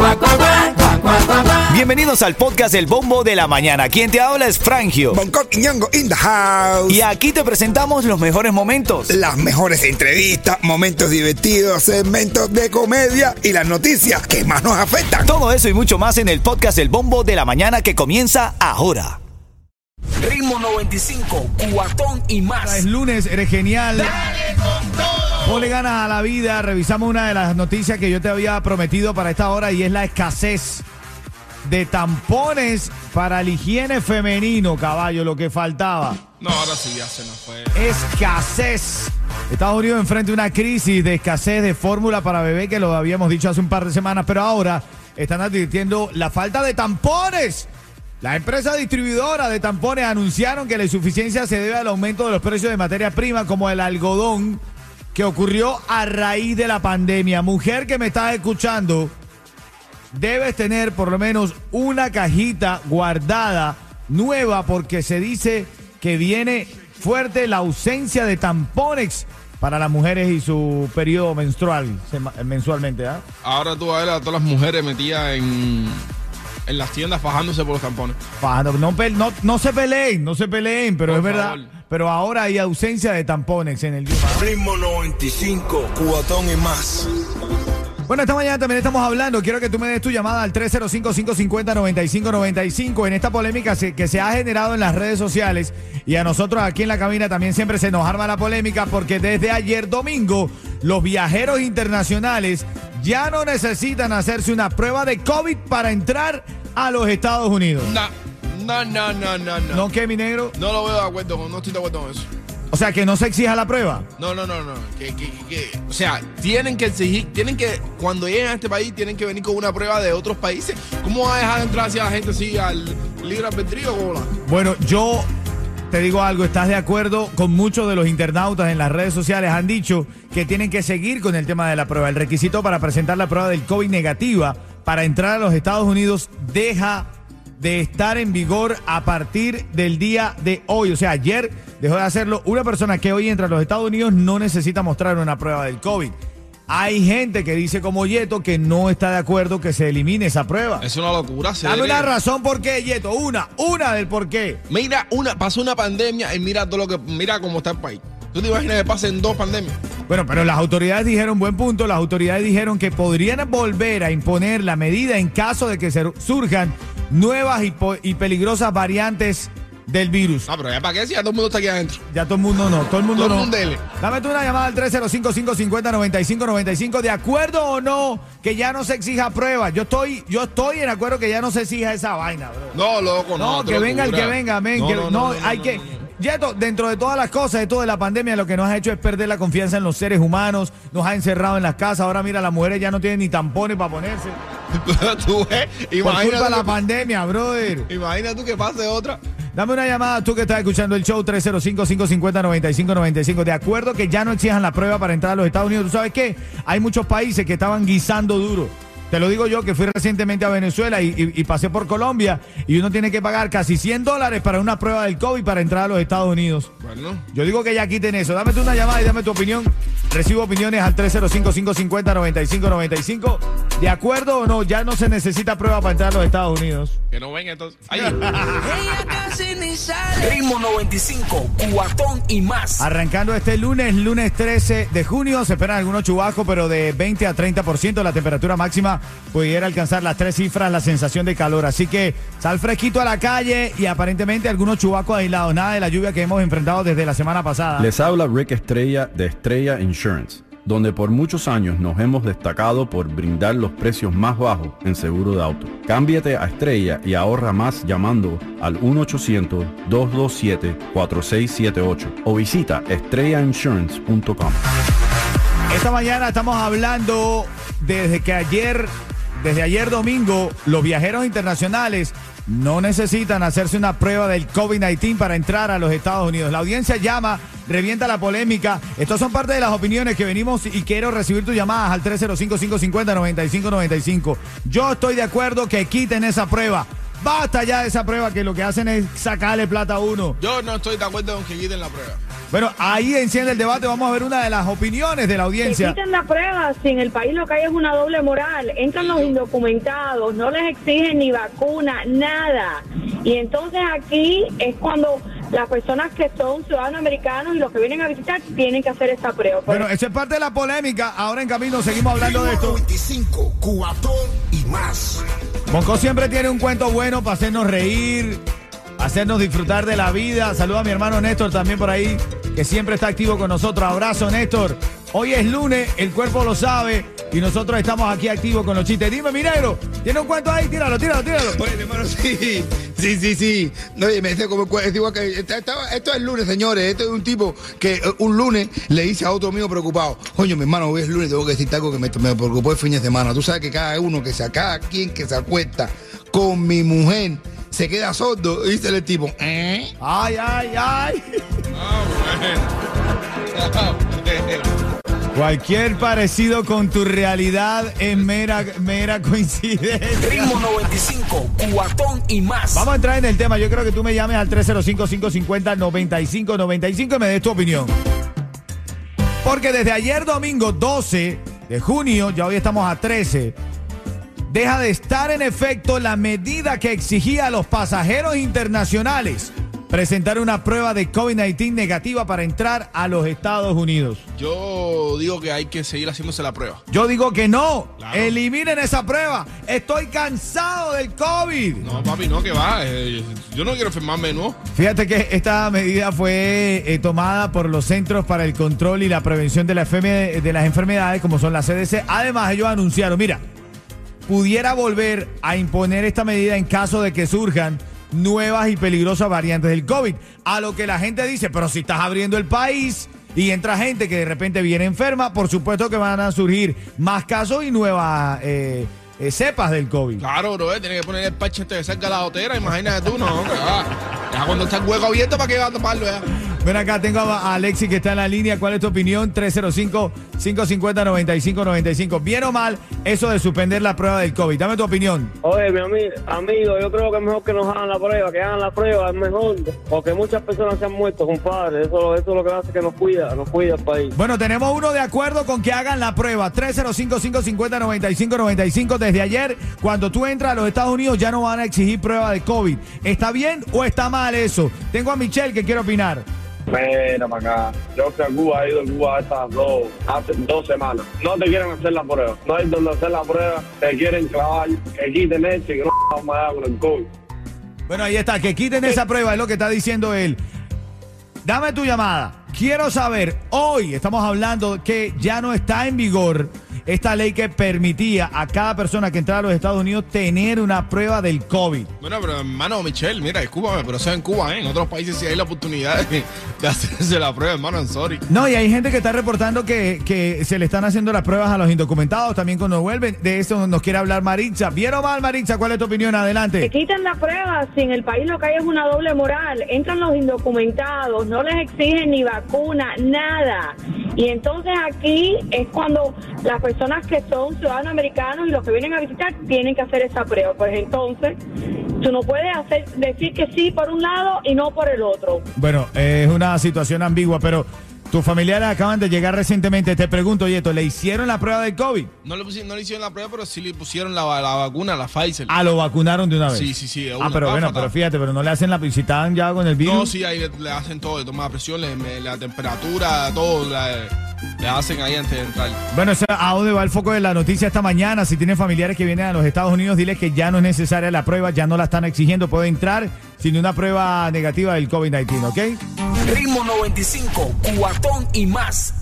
Bienvenidos al podcast El Bombo de la Mañana. Quien te habla es Frangio. Bangkok y Ñongo in the house. Y aquí te presentamos los mejores momentos. Las mejores entrevistas, momentos divertidos, segmentos de comedia y las noticias que más nos afectan. Todo eso y mucho más en el podcast El Bombo de la Mañana que comienza ahora. Ritmo 95, Cubatón y más. Es lunes, eres genial. Dale con todo. Ponle ganas a la vida. Revisamos una de las noticias que yo te había prometido para esta hora y es la escasez de tampones para el higiene femenino, caballo, lo que faltaba. No, ahora sí ya se nos fue. Escasez. Estados Unidos enfrenta una crisis de escasez de fórmula para bebé, que lo habíamos dicho hace un par de semanas, pero ahora están advirtiendo la falta de tampones. Las empresas distribuidoras de tampones anunciaron que la insuficiencia se debe al aumento de los precios de materia prima como el algodón que ocurrió a raíz de la pandemia. Mujer que me estás escuchando, debes tener por lo menos una cajita guardada nueva porque se dice que viene fuerte la ausencia de tampones para las mujeres y su periodo menstrual mensualmente. Ahora tú vas a ver a todas las mujeres metidas en las tiendas fajándose por los tampones. No se peleen, pero Por es verdad. favor. Pero ahora hay ausencia de tampones en el Yuma. Ritmo 95, Cubatón y más. Bueno, esta mañana también estamos hablando. Quiero que tú me des tu llamada al 305-550-9595 en esta polémica que se ha generado en las redes sociales. Y a nosotros aquí en la cabina también siempre se nos arma la polémica porque desde ayer domingo los viajeros internacionales ya no necesitan hacerse una prueba de COVID para entrar a los Estados Unidos. No. ¿No qué, mi negro? No lo veo de acuerdo, no estoy de acuerdo con eso. O sea, que no se exija la prueba. No. O sea, tienen que exigir, cuando lleguen a este país, tienen que venir con una prueba de otros países. ¿Cómo va a dejar entrar así a la gente así al libre albedrío? Bueno, yo te digo algo, ¿estás de acuerdo con muchos de los internautas en las redes sociales? Han dicho que tienen que seguir con el tema de la prueba. El requisito para presentar la prueba del COVID negativa para entrar a los Estados Unidos deja de estar en vigor a partir del día de hoy. O sea, ayer dejó de hacerlo. Una persona que hoy entra a los Estados Unidos no necesita mostrar una prueba del COVID. Hay gente que dice como Yeto que no está de acuerdo que se elimine esa prueba. Es una locura. Dame una razón por qué, Yeto. Una del por qué. Mira, pasó una pandemia y mira mira cómo está el país. ¿Tú te imaginas que pasen 2 pandemias? Bueno, pero las autoridades dijeron, buen punto, las autoridades dijeron que podrían volver a imponer la medida en caso de que surjan nuevas y peligrosas variantes del virus. No, pero ya para qué si ya todo el mundo está aquí adentro. Ya todo el mundo no, todo el mundo Todo el no. mundo dele. Dame tú una llamada al 305-550-9595. ¿De acuerdo o no que ya no se exija prueba? Yo estoy en acuerdo que ya no se exija esa vaina, bro. No, loco, no. No, que venga el que venga, men. Hay que... no. Yeto, dentro de todas las cosas, de toda la pandemia, lo que nos ha hecho es perder la confianza en los seres humanos, nos ha encerrado en las casas. Ahora mira, las mujeres ya no tienen ni tampones para ponerse. Tú ves, Por culpa de la pandemia, brother. Imagina tú que pase otra. Dame una llamada, tú que estás escuchando el show, 305-550-9595. De acuerdo que ya no exijan la prueba para entrar a los Estados Unidos. ¿Tú sabes qué? Hay muchos países que estaban guisando duro. Te lo digo yo, que fui recientemente a Venezuela y pasé por Colombia y uno tiene que pagar casi $100 para una prueba del COVID para entrar a los Estados Unidos. Bueno. Yo digo que ya quiten eso. Dame tú una llamada y dame tu opinión. Recibo opiniones al 305-550-9595. ¿De acuerdo o no? Ya no se necesita prueba para entrar a los Estados Unidos. Que no venga entonces. Ay. Ritmo 95, Cubatón y más. Arrancando este lunes 13 de junio, se esperan algunos chubascos, pero de 20 a 30%. La temperatura máxima pudiera alcanzar las 3 cifras, la sensación de calor. Así que sal fresquito a la calle y aparentemente algunos chubascos aislados. Nada de la lluvia que hemos enfrentado desde la semana pasada. Les habla Rick Estrella de Estrella Insurance, donde por muchos años nos hemos destacado por brindar los precios más bajos en seguro de auto. Cámbiate a Estrella y ahorra más llamando al 1-800-227-4678 o visita estrellainsurance.com. Esta mañana estamos hablando desde ayer domingo, los viajeros internacionales no necesitan hacerse una prueba del COVID-19 para entrar a los Estados Unidos. La audiencia llama, revienta la polémica. Estas son parte de las opiniones que venimos y quiero recibir tus llamadas al 305-550-9595. Yo estoy de acuerdo que quiten esa prueba. Basta ya de esa prueba que lo que hacen es sacarle plata a uno. Yo no estoy de acuerdo con que quiten la prueba. Bueno, ahí enciende el debate. Vamos a ver una de las opiniones de la Que audiencia. quiten la prueba, si en el país lo que hay es una doble moral. Entran los indocumentados, no les exigen ni vacuna, nada. Y entonces aquí es cuando las personas que son ciudadanos americanos y los que vienen a visitar tienen que hacer esta prueba. Bueno, eso es parte de la polémica. Ahora en camino seguimos hablando de esto. 95, Cubatón y más. Bonco siempre tiene un cuento bueno para hacernos reír, hacernos disfrutar de la vida. Saluda a mi hermano Néstor también por ahí, que siempre está activo con nosotros. Abrazo, Néstor. Hoy es lunes, el cuerpo lo sabe y nosotros estamos aquí activos con los chistes. Dime, mi negro, ¿tiene un cuento ahí? Tíralo. Oye, hermano, sí. No, oye, me dice como es igual que esto es lunes, señores. Esto es un tipo que un lunes le dice a otro mío preocupado: coño, mi hermano, hoy es lunes, tengo que decirte algo que me preocupó el fin de semana. Tú sabes que cada quien que se acuesta con mi mujer se queda sordo. Y dice el tipo, Ay. Cualquier parecido con tu realidad es mera coincidencia. Ritmo 95, Cubatón y más. Vamos a entrar en el tema. Yo creo que tú me llames al 305-550-9595 y me des tu opinión. Porque desde ayer domingo 12 de junio, ya hoy estamos a 13, deja de estar en efecto la medida que exigía a los pasajeros internacionales presentar una prueba de COVID-19 negativa para entrar a los Estados Unidos. Yo digo que hay que seguir haciéndose la prueba. Yo digo que no. Claro. Eliminen esa prueba. Estoy cansado del COVID. No, papi, no, que va. Yo no quiero enfermarme, ¿no? Fíjate que esta medida fue tomada por los Centros para el Control y la Prevención de las Enfermedades, como son la CDC. Además, ellos anunciaron, mira, pudiera volver a imponer esta medida en caso de que surjan nuevas y peligrosas variantes del COVID. A lo que la gente dice, pero si estás abriendo el país y entra gente que de repente viene enferma, por supuesto que van a surgir más casos y nuevas cepas del COVID. Claro, bro, tienes que poner el parche este que salga la gotera, imagínate tú, no, que va. Ya cuando está el hueco abierto, ¿para qué va a taparlo ya? Ven acá, tengo a Alexi que está en la línea. ¿Cuál es tu opinión? 305-550-9595. ¿Bien o mal eso de suspender la prueba del COVID? Dame tu opinión. Oye, mi amigo, yo creo que es mejor que nos hagan la prueba, es mejor, porque muchas personas se han muerto, compadre. Eso es lo que hace que nos cuida el país. Bueno, tenemos uno de acuerdo con que hagan la prueba. 305-550-9595. Desde ayer, cuando tú entras a los Estados Unidos, ya no van a exigir prueba de COVID. ¿Está bien o está mal eso? Tengo a Michelle que quiere opinar. Mira para acá, yo fui a Cuba, he ido a Cuba hace 2 semanas. No te quieren hacer la prueba, no hay donde hacer la prueba, te quieren clavar, que quiten esto y que no vamos a dar con el COVID. Bueno, ahí está, que quiten esa prueba, es lo que está diciendo él. Dame tu llamada. Quiero saber, hoy estamos hablando que ya no está en vigor esta ley que permitía a cada persona que entrara a los Estados Unidos tener una prueba del COVID. Bueno, pero hermano Michelle, mira, discúlpame, pero eso es en Cuba, ¿eh? En otros países sí hay la oportunidad de hacerse la prueba, hermano, I'm sorry. No, y hay gente que está reportando que se le están haciendo las pruebas a los indocumentados, también cuando vuelven. De eso nos quiere hablar Maritza. ¿Bien o mal, Maritza? ¿Cuál es tu opinión? Que Adelante. quiten la prueba, si en el país lo que hay es una doble moral. Entran los indocumentados, no les exigen ni vacuna, nada. Y entonces aquí es cuando las personas que son ciudadanos americanos y los que vienen a visitar tienen que hacer esa prueba. Pues entonces, tú no puedes decir que sí por un lado y no por el otro. Bueno, es una situación ambigua, pero tus familiares acaban de llegar recientemente. Te pregunto, Yeto, ¿le hicieron la prueba del COVID? No le hicieron la prueba, pero sí le pusieron la vacuna, la Pfizer. Ah, lo vacunaron de una vez. Sí. Pero bueno, pero fíjate, pero no le hacen la visitan ya con el virus. No, sí, ahí le hacen todo, le toman la presión, la temperatura, todo, le hacen ahí antes de entrar. Bueno, ¿a dónde va el foco de la noticia esta mañana? Si tienen familiares que vienen a los Estados Unidos, diles que ya no es necesaria la prueba, ya no la están exigiendo, puede entrar sin una prueba negativa del COVID-19, ¿ok? Ritmo 95, Cubatón y más.